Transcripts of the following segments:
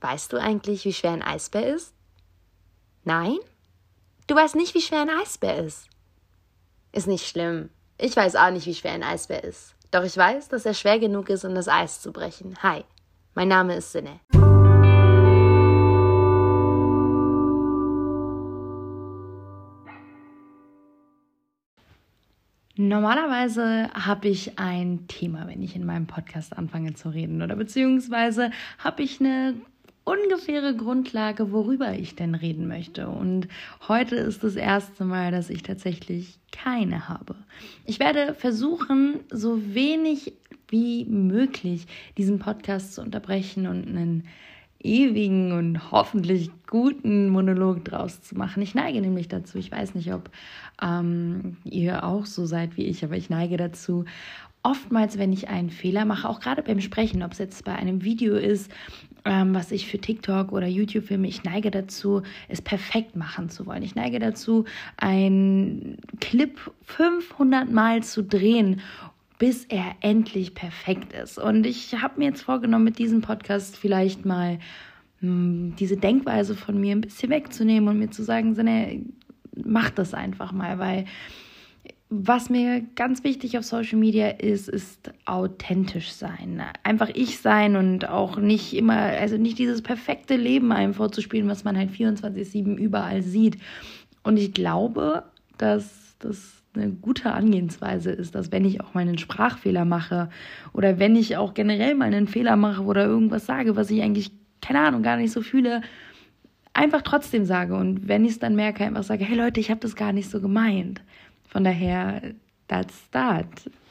Weißt du eigentlich, wie schwer ein Eisbär ist? Nein? Du weißt nicht, wie schwer ein Eisbär ist. Ist nicht schlimm. Ich weiß auch nicht, wie schwer ein Eisbär ist. Doch ich weiß, dass er schwer genug ist, um das Eis zu brechen. Hi, mein Name ist Sinne. Normalerweise habe ich ein Thema, wenn ich in meinem Podcast anfange zu reden, oder beziehungsweise habe ich eine ungefähre Grundlage, worüber ich denn reden möchte. Und heute ist das erste Mal, dass ich tatsächlich keine habe. Ich werde versuchen, so wenig wie möglich diesen Podcast zu unterbrechen und einen ewigen und hoffentlich guten Monolog draus zu machen. Ich neige nämlich dazu, ich weiß nicht, ob ihr auch so seid wie ich, aber ich neige dazu, oftmals, wenn ich einen Fehler mache, auch gerade beim Sprechen, ob es jetzt bei einem Video ist, was ich für TikTok oder YouTube filme, ich neige dazu, es perfekt machen zu wollen. Ich neige dazu, einen Clip 500 Mal zu drehen, bis er endlich perfekt ist. Und ich habe mir jetzt vorgenommen, mit diesem Podcast vielleicht mal diese Denkweise von mir ein bisschen wegzunehmen und mir zu sagen, Sinne, mach das einfach mal, weil was mir ganz wichtig auf Social Media ist authentisch sein. Einfach ich sein und auch nicht immer, also nicht dieses perfekte Leben einem vorzuspielen, was man halt 24/7 überall sieht. Und ich glaube, dass das eine gute Angehensweise ist, dass wenn ich auch mal einen Sprachfehler mache oder wenn ich auch generell mal einen Fehler mache oder irgendwas sage, was ich eigentlich, keine Ahnung, gar nicht so fühle, einfach trotzdem sage. Und wenn ich es dann merke, einfach sage, hey Leute, ich habe das gar nicht so gemeint. Von daher, that's that.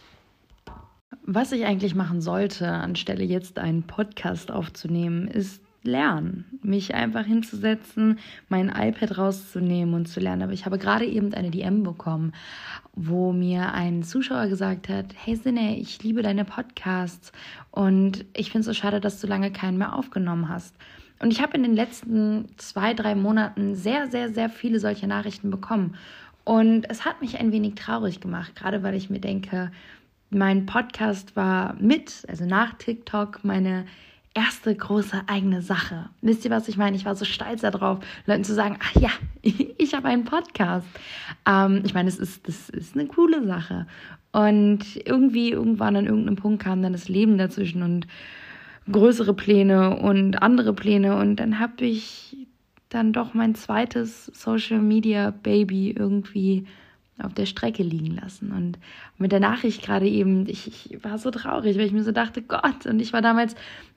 Was ich eigentlich machen sollte, anstelle jetzt einen Podcast aufzunehmen, ist lernen. Mich einfach hinzusetzen, mein iPad rauszunehmen und zu lernen. Aber ich habe gerade eben eine DM bekommen, wo mir ein Zuschauer gesagt hat, hey Sinne, ich liebe deine Podcasts und ich finde es so schade, dass du lange keinen mehr aufgenommen hast. Und ich habe in den letzten 2-3 Monaten sehr, sehr, sehr viele solche Nachrichten bekommen. Und es hat mich ein wenig traurig gemacht, gerade weil ich mir denke, mein Podcast war also nach TikTok, meine erste große eigene Sache. Wisst ihr, was ich meine? Ich war so stolz darauf, Leuten zu sagen, ach ja, ich habe einen Podcast. Ich meine, das ist eine coole Sache. Und irgendwann an irgendeinem Punkt kam dann das Leben dazwischen und größere Pläne und andere Pläne. Und dann habe ich dann doch mein zweites Social Media Baby irgendwie auf der Strecke liegen lassen. Und mit der Nachricht gerade eben, ich war so traurig, weil ich mir so dachte, Gott, und ich war damals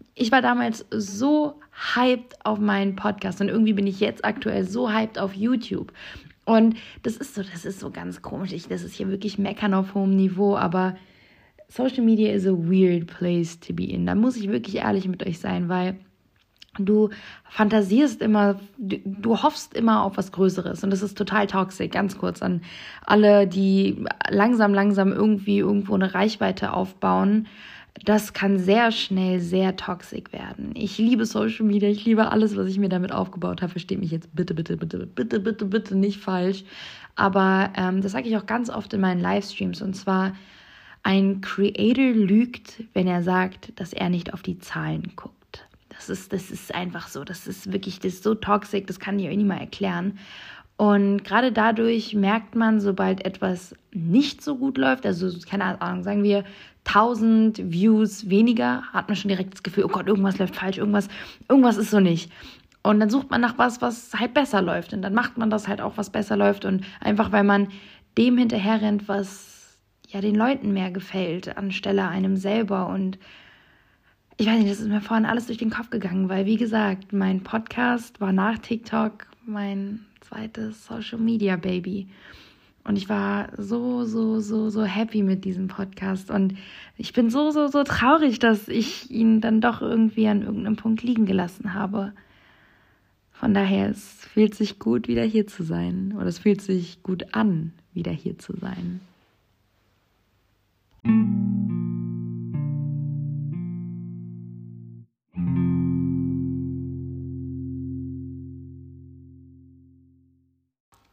so hyped auf meinen Podcast und irgendwie bin ich jetzt aktuell so hyped auf YouTube. Und das ist so ganz komisch. Das ist hier wirklich Meckern auf hohem Niveau, aber Social Media is a weird place to be in. Da muss ich wirklich ehrlich mit euch sein, weil du fantasierst immer, du hoffst immer auf was Größeres und das ist total toxisch. Ganz kurz an alle, die langsam irgendwie irgendwo eine Reichweite aufbauen. Das kann sehr schnell sehr toxisch werden. Ich liebe Social Media, ich liebe alles, was ich mir damit aufgebaut habe. Versteht mich jetzt bitte nicht falsch. Aber das sage ich auch ganz oft in meinen Livestreams. Und zwar, ein Creator lügt, wenn er sagt, dass er nicht auf die Zahlen guckt. Das ist einfach so. Das ist so toxisch, das kann ich euch nicht mal erklären. Und gerade dadurch merkt man, sobald etwas nicht so gut läuft, also keine Ahnung, sagen wir 1000 Views weniger, hat man schon direkt das Gefühl, oh Gott, irgendwas läuft falsch, irgendwas ist so nicht. Und dann sucht man nach was halt besser läuft. Und dann macht man das halt auch, was besser läuft. Und einfach, weil man dem hinterher rennt, was ja den Leuten mehr gefällt, anstelle einem selber. Und ich weiß nicht, das ist mir vorhin alles durch den Kopf gegangen, weil, wie gesagt, mein Podcast war nach TikTok mein zweites Social Media Baby. Und ich war so happy mit diesem Podcast. Und ich bin so traurig, dass ich ihn dann doch irgendwie an irgendeinem Punkt liegen gelassen habe. Von daher, es fühlt sich gut, wieder hier zu sein. Oder es fühlt sich gut an, wieder hier zu sein.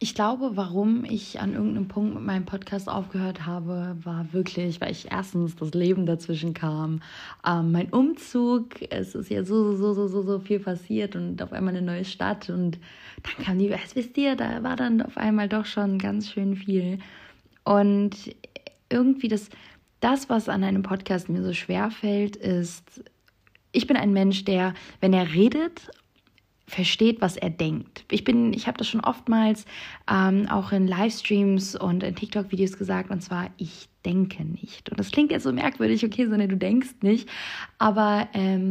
Ich glaube, warum ich an irgendeinem Punkt mit meinem Podcast aufgehört habe, war wirklich, weil ich erstens das Leben dazwischen kam. Mein Umzug, es ist ja so viel passiert und auf einmal eine neue Stadt und dann kam wisst ihr, da war dann auf einmal doch schon ganz schön viel. Und irgendwie das, was an einem Podcast mir so schwer fällt, ist, ich bin ein Mensch, der, wenn er redet, versteht, was er denkt. Ich habe das schon oftmals auch in Livestreams und in TikTok-Videos gesagt, und zwar, ich denke nicht. Und das klingt jetzt so merkwürdig, okay, sondern du denkst nicht, aber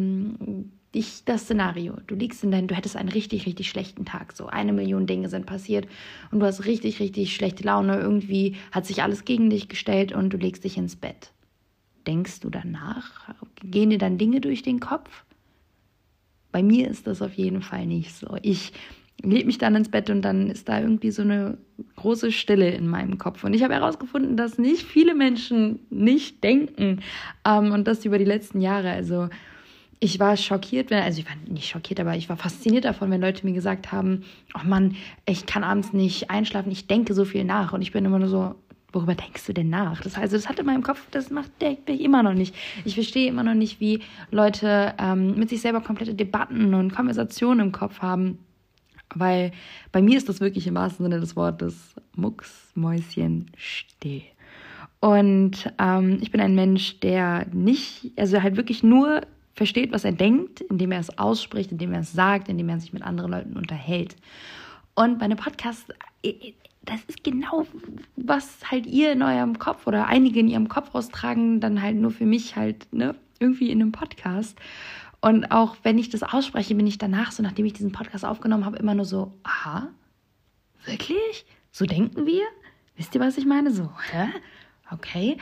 das Szenario, du hättest einen richtig, richtig schlechten Tag, so 1 Million Dinge sind passiert und du hast richtig, richtig schlechte Laune, irgendwie hat sich alles gegen dich gestellt und du legst dich ins Bett. Denkst du danach? Gehen dir dann Dinge durch den Kopf? Bei mir ist das auf jeden Fall nicht so. Ich lege mich dann ins Bett und dann ist da irgendwie so eine große Stille in meinem Kopf. Und ich habe herausgefunden, dass nicht viele Menschen nicht denken. Und das über die letzten Jahre. Also ich war schockiert, ich war nicht schockiert, aber ich war fasziniert davon, wenn Leute mir gesagt haben, oh Mann, ich kann abends nicht einschlafen, ich denke so viel nach. Und ich bin immer nur so, worüber denkst du denn nach? Das hat in meinem Kopf, das macht ich immer noch nicht. Ich verstehe immer noch nicht, wie Leute mit sich selber komplette Debatten und Konversationen im Kopf haben. Weil bei mir ist das wirklich im wahrsten Sinne des Wortes mucksmäuschenstill. Und ich bin ein Mensch, der halt wirklich nur versteht, was er denkt, indem er es ausspricht, indem er es sagt, indem er sich mit anderen Leuten unterhält. Und bei einem Podcast, das ist genau, was halt ihr in eurem Kopf oder einige in ihrem Kopf austragen, dann halt nur für mich halt, irgendwie in einem Podcast. Und auch wenn ich das ausspreche, bin ich danach, so nachdem ich diesen Podcast aufgenommen habe, immer nur so, aha, wirklich? So denken wir? Wisst ihr, was ich meine? So, hä? Okay.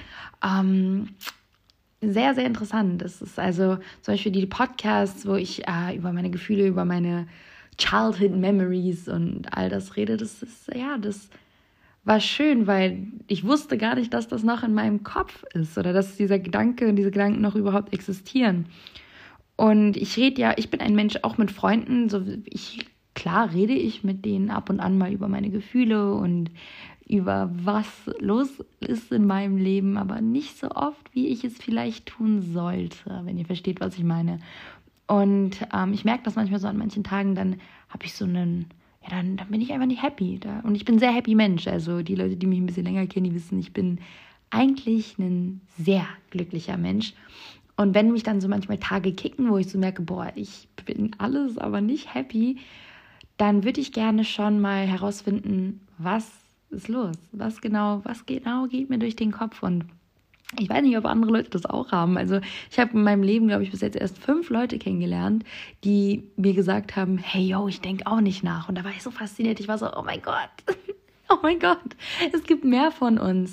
Sehr, sehr interessant. Das ist also zum Beispiel die Podcasts, wo ich über meine Gefühle, über meine Childhood Memories und all das rede, das war schön, weil ich wusste gar nicht, dass das noch in meinem Kopf ist oder dass dieser Gedanke und diese Gedanken noch überhaupt existieren. Und ich bin ein Mensch auch mit Freunden, klar rede ich mit denen ab und an mal über meine Gefühle und über was los ist in meinem Leben, aber nicht so oft, wie ich es vielleicht tun sollte, wenn ihr versteht, was ich meine. Und ich merke das manchmal so an manchen Tagen, dann habe ich dann bin ich einfach nicht happy. Und ich bin ein sehr happy Mensch. Also die Leute, die mich ein bisschen länger kennen, die wissen, ich bin eigentlich ein sehr glücklicher Mensch. Und wenn mich dann so manchmal Tage kicken, wo ich so merke, boah, ich bin alles, aber nicht happy, dann würde ich gerne schon mal herausfinden, was ist los? Was genau geht mir durch den Kopf? Und ich weiß nicht, ob andere Leute das auch haben. Also ich habe in meinem Leben, glaube ich, bis jetzt erst 5 Leute kennengelernt, die mir gesagt haben, hey, yo, ich denke auch nicht nach. Und da war ich so fasziniert. Ich war so, oh mein Gott, oh mein Gott, es gibt mehr von uns.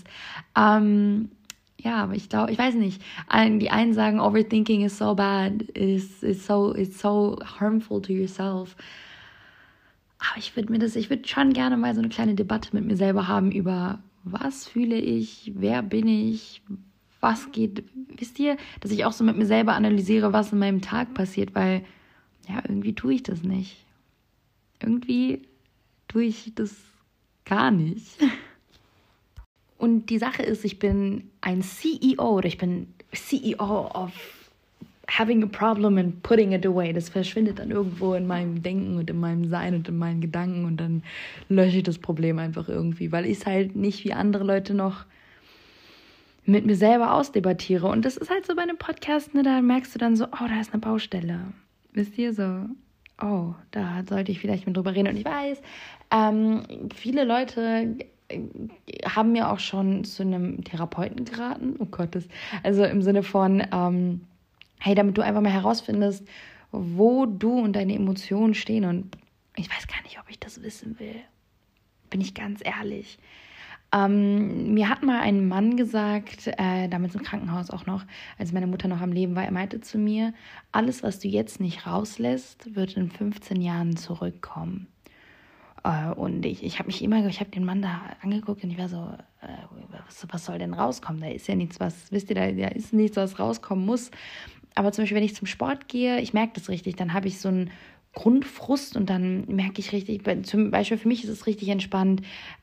Aber ich glaube, ich weiß nicht. Die einen sagen, overthinking is so bad, it's so harmful to yourself. Aber ich würde schon gerne mal so eine kleine Debatte mit mir selber haben über, was fühle ich, wer bin ich, was geht, wisst ihr, dass ich auch so mit mir selber analysiere, was in meinem Tag passiert, weil, irgendwie tue ich das nicht. Irgendwie tue ich das gar nicht. Und die Sache ist, ich bin ein CEO oder ich bin CEO of having a problem and putting it away. Das verschwindet dann irgendwo in meinem Denken und in meinem Sein und in meinen Gedanken und dann lösche ich das Problem einfach irgendwie, weil ich es halt nicht wie andere Leute noch mit mir selber ausdebattiere. Und das ist halt so bei einem Podcast, da merkst du dann so, oh, da ist eine Baustelle. Wisst ihr, so, oh, da sollte ich vielleicht mit drüber reden. Und ich weiß, viele Leute haben mir auch schon zu einem Therapeuten geraten. Oh Gott, also im Sinne von, hey, damit du einfach mal herausfindest, wo du und deine Emotionen stehen. Und ich weiß gar nicht, ob ich das wissen will. Bin ich ganz ehrlich. Mir hat mal ein Mann gesagt, damals im Krankenhaus auch noch, als meine Mutter noch am Leben war, er meinte zu mir, alles, was du jetzt nicht rauslässt, wird in 15 Jahren zurückkommen. Und ich habe den Mann da angeguckt und ich war so, was soll denn rauskommen? Da ist ja nichts, da ist nichts, was rauskommen muss. Aber zum Beispiel, wenn ich zum Sport gehe, ich merke das richtig, dann habe ich so ein Grundfrust und dann merke ich richtig, zum Beispiel für mich ist es richtig entspannt,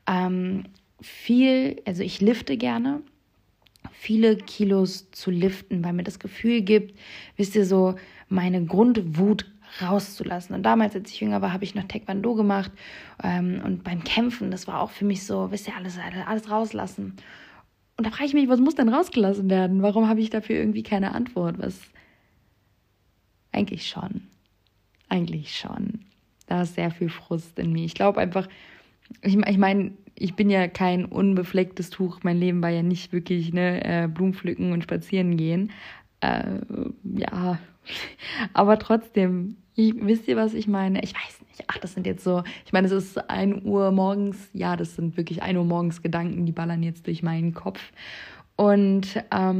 also ich lifte gerne, viele Kilos zu liften, weil mir das Gefühl gibt, wisst ihr, so meine Grundwut rauszulassen. Und damals, als ich jünger war, habe ich noch Taekwondo gemacht und beim Kämpfen, das war auch für mich so, wisst ihr, alles rauslassen. Und da frage ich mich, was muss denn rausgelassen werden? Warum habe ich dafür irgendwie keine Antwort? Eigentlich schon. Da ist sehr viel Frust in mir. Ich glaube einfach, ich meine, ich bin ja kein unbeflecktes Tuch. Mein Leben war ja nicht wirklich Blumen pflücken und spazieren gehen. Ja, aber trotzdem, wisst ihr, was ich meine? Ich weiß nicht. Ach, das sind jetzt so, ich meine, es ist 1 Uhr morgens. Ja, das sind wirklich 1 Uhr morgens Gedanken, die ballern jetzt durch meinen Kopf. Und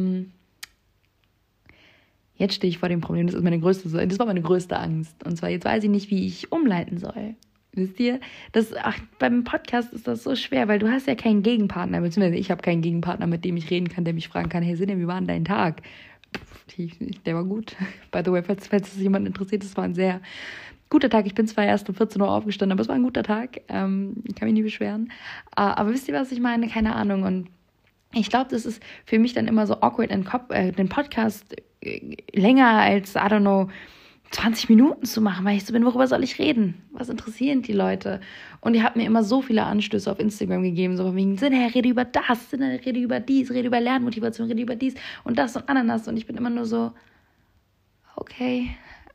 jetzt stehe ich vor dem Problem, das war meine größte Angst. Und zwar, jetzt weiß ich nicht, wie ich umleiten soll. Wisst ihr? Beim Podcast ist das so schwer, weil du hast ja keinen Gegenpartner, beziehungsweise ich habe keinen Gegenpartner, mit dem ich reden kann, der mich fragen kann, hey Sinne, wie war denn dein Tag? Der war gut. By the way, falls es jemand interessiert, es war ein sehr guter Tag. Ich bin zwar erst um 14 Uhr aufgestanden, aber es war ein guter Tag. Ich kann mich nicht beschweren. Aber wisst ihr, was ich meine? Keine Ahnung. Und ich glaube, das ist für mich dann immer so awkward, den Podcast länger als, I don't know, 20 Minuten zu machen, weil ich so bin, worüber soll ich reden? Was interessieren die Leute? Und ihr habt mir immer so viele Anstöße auf Instagram gegeben, so wegen, Sinne, rede über das, Sinne, rede über dies, rede über Lernmotivation, rede über dies und das und Ananas. Und ich bin immer nur so, okay,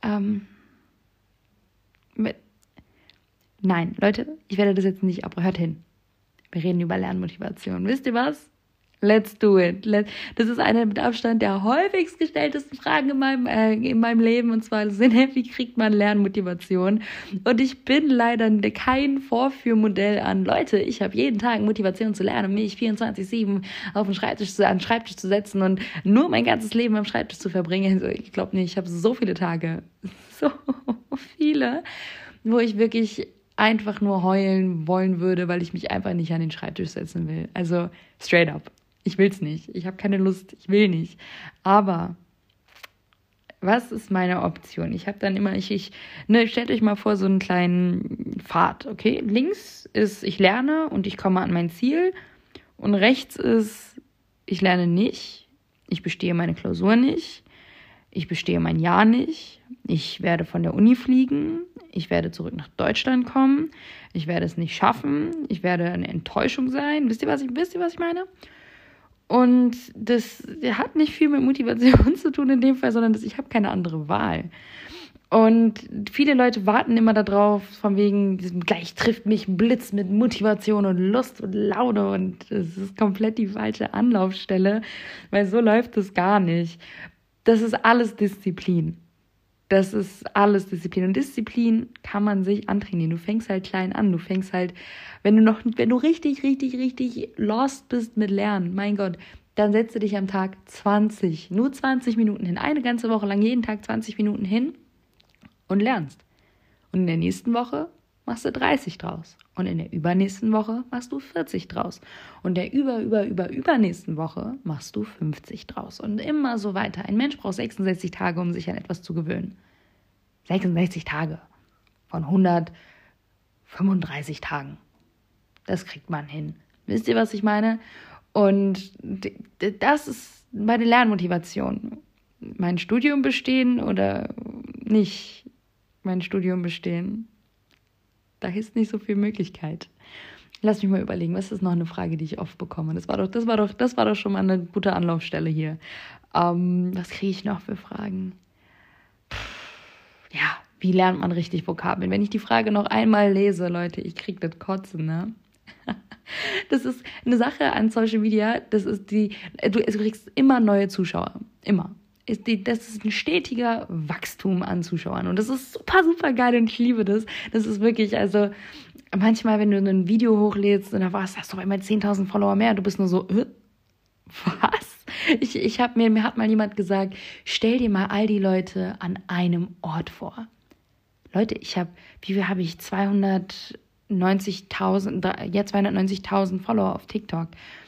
nein, Leute, ich werde das jetzt nicht hört hin. Wir reden über Lernmotivation. Wisst ihr was? Let's do it. Das ist eine mit Abstand der häufigst gestelltesten Fragen in meinem Leben. Und zwar, wie kriegt man Lernmotivation? Und ich bin leider kein Vorführmodell an Leute. Ich habe jeden Tag Motivation zu lernen, mich 24/7 an den Schreibtisch zu setzen und nur mein ganzes Leben am Schreibtisch zu verbringen. Also ich glaube nicht, ich habe so viele Tage, so viele, wo ich wirklich einfach nur heulen wollen würde, weil ich mich einfach nicht an den Schreibtisch setzen will. Also straight up. Ich will's nicht. Ich habe keine Lust. Ich will nicht. Aber was ist meine Option? Ich habe dann immer, stellt euch mal vor, so einen kleinen Pfad, okay? Links ist, ich lerne und ich komme an mein Ziel. Und rechts ist, ich lerne nicht. Ich bestehe meine Klausur nicht. Ich bestehe mein Jahr nicht. Ich werde von der Uni fliegen. Ich werde zurück nach Deutschland kommen. Ich werde es nicht schaffen. Ich werde eine Enttäuschung sein. Wisst ihr, was ich meine? Und das hat nicht viel mit Motivation zu tun in dem Fall, sondern ich habe keine andere Wahl. Und viele Leute warten immer darauf, von wegen, gleich trifft mich ein Blitz mit Motivation und Lust und Laune. Und das ist komplett die falsche Anlaufstelle, weil so läuft es gar nicht. Das ist alles Disziplin. Und Disziplin kann man sich antrainieren. Du fängst halt klein an. Du fängst halt, wenn du richtig, richtig, richtig lost bist mit Lernen, mein Gott, dann setze dich am Tag nur 20 Minuten hin. Eine ganze Woche lang, jeden Tag 20 Minuten hin und lernst. Und in der nächsten Woche machst du 30 draus. Und in der übernächsten Woche machst du 40 draus. Und der übernächsten Woche machst du 50 draus. Und immer so weiter. Ein Mensch braucht 66 Tage, um sich an etwas zu gewöhnen. 66 Tage von 135 Tagen. Das kriegt man hin. Wisst ihr, was ich meine? Und das ist meine Lernmotivation. Mein Studium bestehen oder nicht mein Studium bestehen. Da ist nicht so viel Möglichkeit. Lass mich mal überlegen, was ist noch eine Frage, die ich oft bekomme? Das war doch schon mal eine gute Anlaufstelle hier. Was kriege ich noch für Fragen? Ja, wie lernt man richtig Vokabeln? Wenn ich die Frage noch einmal lese, Leute, ich kriege das Kotzen, ne? Das ist eine Sache an Social Media, du kriegst immer neue Zuschauer. Immer. Das ist ein stetiger Wachstum an Zuschauern. Und das ist super, super geil und ich liebe das. Das ist wirklich, also manchmal, wenn du ein Video hochlädst und da hast du auf einmal 10.000 Follower mehr, du bist nur so, was? Mir hat mal jemand gesagt, stell dir mal all die Leute an einem Ort vor. Leute, wie viel habe ich? 290.000 Follower auf TikTok.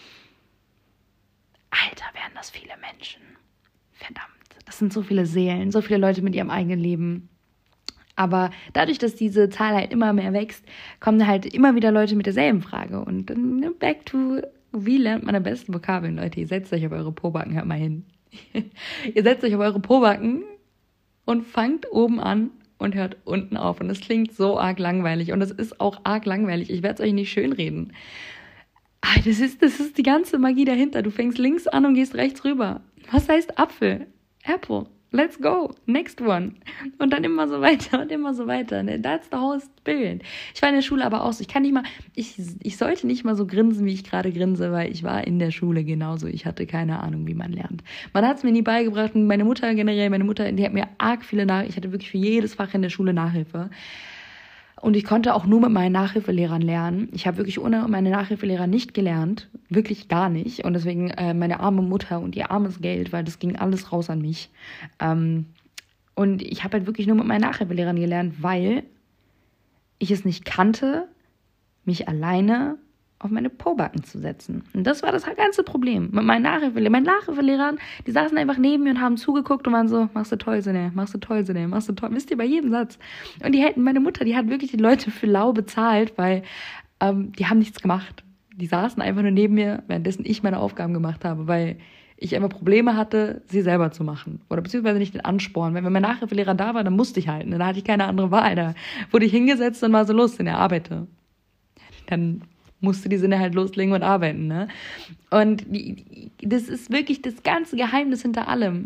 Alter, wären das viele Menschen. Verdammt, das sind so viele Seelen, so viele Leute mit ihrem eigenen Leben. Aber dadurch, dass diese Zahl halt immer mehr wächst, kommen halt immer wieder Leute mit derselben Frage. Und dann back to, wie lernt man am besten Vokabeln? Leute, ihr setzt euch auf eure Pobacken, hört mal hin. Ihr setzt euch auf eure Pobacken und fangt oben an und hört unten auf. Und das klingt so arg langweilig. Und das ist auch arg langweilig. Ich werde es euch nicht schönreden. Aber das ist die ganze Magie dahinter. Du fängst links an und gehst rechts rüber. Was heißt Apfel? Apple. Let's go. Next one. Und dann immer so weiter und immer so weiter. That's the whole spirit. Ich war in der Schule aber auch so. Ich sollte nicht mal so grinsen, wie ich gerade grinse, weil ich war in der Schule genauso. Ich hatte keine Ahnung, wie man lernt. Man hat es mir nie beigebracht. Meine Mutter, die hat mir arg viele ich hatte wirklich für jedes Fach in der Schule Nachhilfe. Und ich konnte auch nur mit meinen Nachhilfelehrern lernen. Ich habe wirklich ohne meine Nachhilfelehrer nicht gelernt. Wirklich gar nicht. Und deswegen meine arme Mutter und ihr armes Geld, weil das ging alles raus an mich. Und ich habe halt wirklich nur mit meinen Nachhilfelehrern gelernt, weil ich es nicht kannte, mich alleine auf meine Pobacken zu setzen. Und das war das ganze Problem mit meinen Nachhilfelehrern. Meine Nachhilfelehrern, die saßen einfach neben mir und haben zugeguckt und waren so, machst du toll, Sinne, machst du toll, Sinne, machst du toll. Wisst ihr, bei jedem Satz. Und meine Mutter, die hat wirklich die Leute für lau bezahlt, weil die haben nichts gemacht. Die saßen einfach nur neben mir, währenddessen ich meine Aufgaben gemacht habe, weil ich immer Probleme hatte, sie selber zu machen. Oder beziehungsweise nicht den Ansporn. Wenn mein Nachhilfelehrer da war, dann musste ich halt. Dann hatte ich keine andere Wahl. Da wurde ich hingesetzt und war so, los, Sinne, arbeite. Dann musste die Sinne halt loslegen und arbeiten, ne? Und das ist wirklich das ganze Geheimnis hinter allem.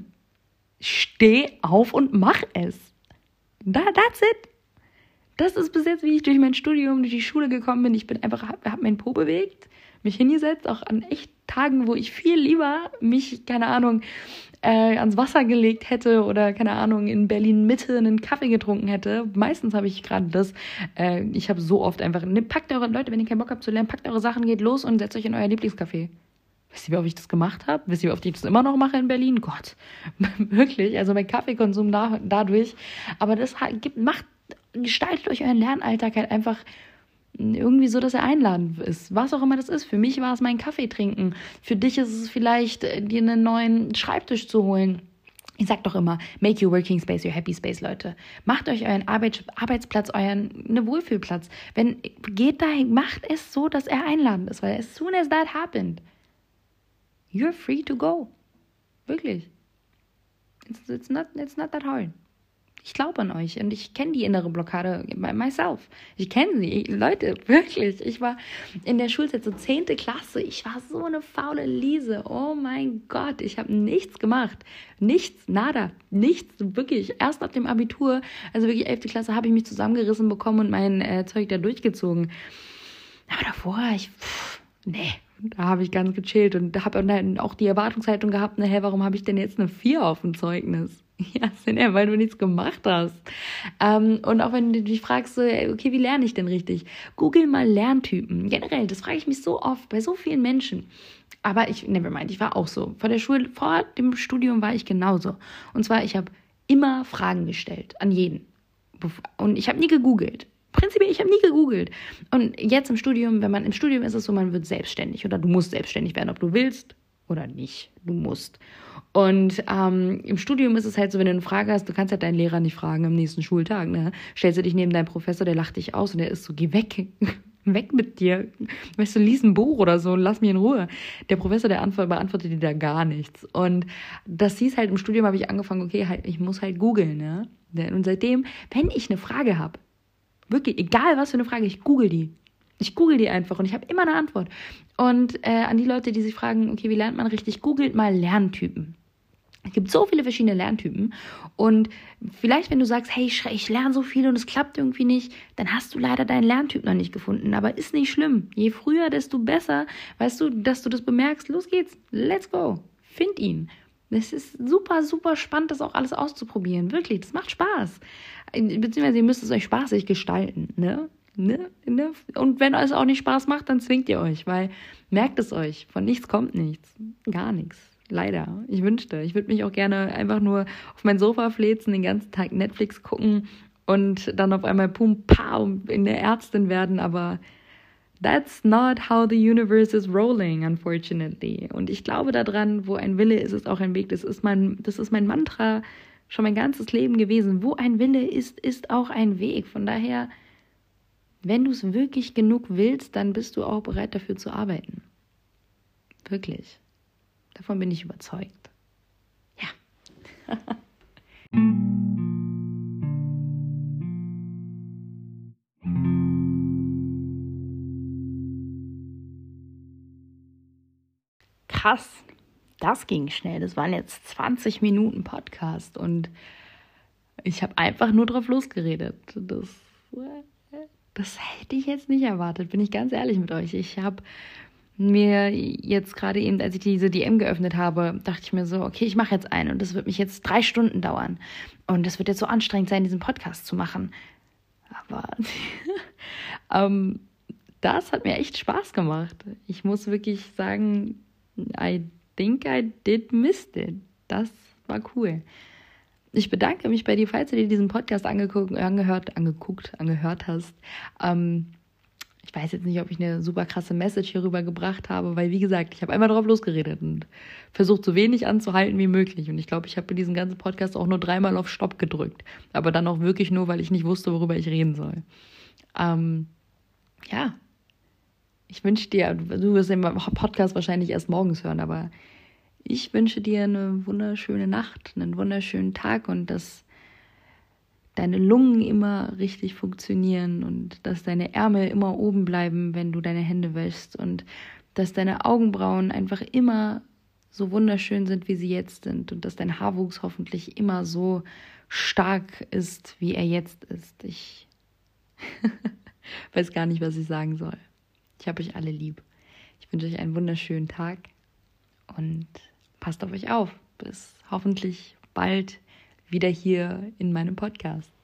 Steh auf und mach es. That's it. Das ist bis jetzt, wie ich durch mein Studium, durch die Schule gekommen bin. Ich bin einfach, habe meinen Po bewegt, mich hingesetzt, auch an echt Tagen, wo ich viel lieber mich, keine Ahnung, ans Wasser gelegt hätte oder, keine Ahnung, in Berlin-Mitte einen Kaffee getrunken hätte. Meistens habe ich gerade das. Ich habe so oft einfach, packt eure Leute, wenn ihr keinen Bock habt zu lernen, packt eure Sachen, geht los und setzt euch in euer Lieblingscafé. Wisst ihr, wie oft ich das gemacht habe? Wisst ihr, wie oft ich das immer noch mache in Berlin? Gott, wirklich. Also mein Kaffeekonsum dadurch. Aber das gestaltet euch euren Lernalltag halt einfach irgendwie so, dass er einladend ist. Was auch immer das ist. Für mich war es mein Kaffee trinken. Für dich ist es vielleicht, dir einen neuen Schreibtisch zu holen. Ich sag doch immer, make your working space your happy space, Leute. Macht euch euren Arbeitsplatz, euren Wohlfühlplatz. Geht dahin, macht es so, dass er einladend ist. Weil as soon as that happened, you're free to go. Wirklich. It's not that hard. Ich glaube an euch und ich kenne die innere Blockade by myself. Ich kenne sie. Leute, wirklich. Ich war in der Schulzeit so 10. Klasse. Ich war so eine faule Liese. Oh mein Gott, ich habe nichts gemacht. Nichts, nada, nichts. Wirklich. Erst ab dem Abitur, also wirklich 11. Klasse, habe ich mich zusammengerissen bekommen und mein Zeug da durchgezogen. Aber davor, da habe ich ganz gechillt und habe dann auch die Erwartungshaltung gehabt, warum habe ich denn jetzt eine 4 auf dem Zeugnis? Ja, weil du nichts gemacht hast. Und auch wenn du dich fragst, okay, wie lerne ich denn richtig? Google mal Lerntypen. Generell, das frage ich mich so oft bei so vielen Menschen. Aber ich war auch so. Vor dem Studium war ich genauso. Und zwar, ich habe immer Fragen gestellt an jeden. Und ich habe nie gegoogelt. Prinzipiell, ich habe nie gegoogelt. Und jetzt im Studium, wenn man im Studium ist es so, man wird selbstständig oder du musst selbstständig werden, ob du willst oder nicht. Du musst. Und im Studium ist es halt so, wenn du eine Frage hast, du kannst halt deinen Lehrer nicht fragen am nächsten Schultag, ne? Stellst du dich neben deinen Professor, der lacht dich aus und der ist so, geh weg, weg mit dir. Weißt du, lies ein Buch oder so, lass mich in Ruhe. Der Professor, der beantwortet dir da gar nichts. Und das hieß halt, im Studium habe ich angefangen, okay, ich muss halt googeln, ne? Und seitdem, wenn ich eine Frage habe, wirklich, egal was für eine Frage, ich google die. Ich google die einfach und ich habe immer eine Antwort. Und an die Leute, die sich fragen, okay, wie lernt man richtig, googelt mal Lerntypen. Es gibt so viele verschiedene Lerntypen und vielleicht, wenn du sagst, hey, ich lerne so viel und es klappt irgendwie nicht, dann hast du leider deinen Lerntyp noch nicht gefunden, aber ist nicht schlimm. Je früher, desto besser, weißt du, dass du das bemerkst, los geht's, let's go, find ihn. Es ist super, super spannend, das auch alles auszuprobieren, wirklich, das macht Spaß. Beziehungsweise ihr müsst es euch spaßig gestalten, ne? Und wenn es auch nicht Spaß macht, dann zwingt ihr euch, weil merkt es euch, von nichts kommt nichts, gar nichts. Leider. Ich würde mich auch gerne einfach nur auf mein Sofa fläzen, den ganzen Tag Netflix gucken und dann auf einmal in der Ärztin werden, aber that's not how the universe is rolling, unfortunately. Und ich glaube daran, wo ein Wille ist, ist auch ein Weg. Das ist mein Mantra schon mein ganzes Leben gewesen. Wo ein Wille ist, ist auch ein Weg. Von daher, wenn du es wirklich genug willst, dann bist du auch bereit dafür zu arbeiten. Wirklich. Davon bin ich überzeugt. Ja. Krass, das ging schnell. Das waren jetzt 20 Minuten Podcast und ich habe einfach nur drauf losgeredet. Das hätte ich jetzt nicht erwartet, bin ich ganz ehrlich mit euch. Ich habe mir jetzt gerade eben, als ich diese DM geöffnet habe, dachte ich mir so, okay, ich mache jetzt einen und das wird mich jetzt 3 Stunden dauern. Und das wird jetzt so anstrengend sein, diesen Podcast zu machen. Aber das hat mir echt Spaß gemacht. Ich muss wirklich sagen, I think I did missed it. Das war cool. Ich bedanke mich bei dir, falls du dir diesen Podcast angehört hast. Ich weiß jetzt nicht, ob ich eine super krasse Message hier rübergebracht habe, weil, wie gesagt, ich habe einmal drauf losgeredet und versucht, so wenig anzuhalten wie möglich. Und ich glaube, ich habe bei diesem ganzen Podcast auch nur 3-mal auf Stopp gedrückt. Aber dann auch wirklich nur, weil ich nicht wusste, worüber ich reden soll. Ja. Ich wünsche dir, du wirst den Podcast wahrscheinlich erst morgens hören, aber ich wünsche dir eine wunderschöne Nacht, einen wunderschönen Tag und dass deine Lungen immer richtig funktionieren und dass deine Ärmel immer oben bleiben, wenn du deine Hände wäschst und dass deine Augenbrauen einfach immer so wunderschön sind, wie sie jetzt sind und dass dein Haarwuchs hoffentlich immer so stark ist, wie er jetzt ist. Ich weiß gar nicht, was ich sagen soll. Ich habe euch alle lieb. Ich wünsche euch einen wunderschönen Tag und passt auf euch auf. Bis hoffentlich bald wieder hier in meinem Podcast.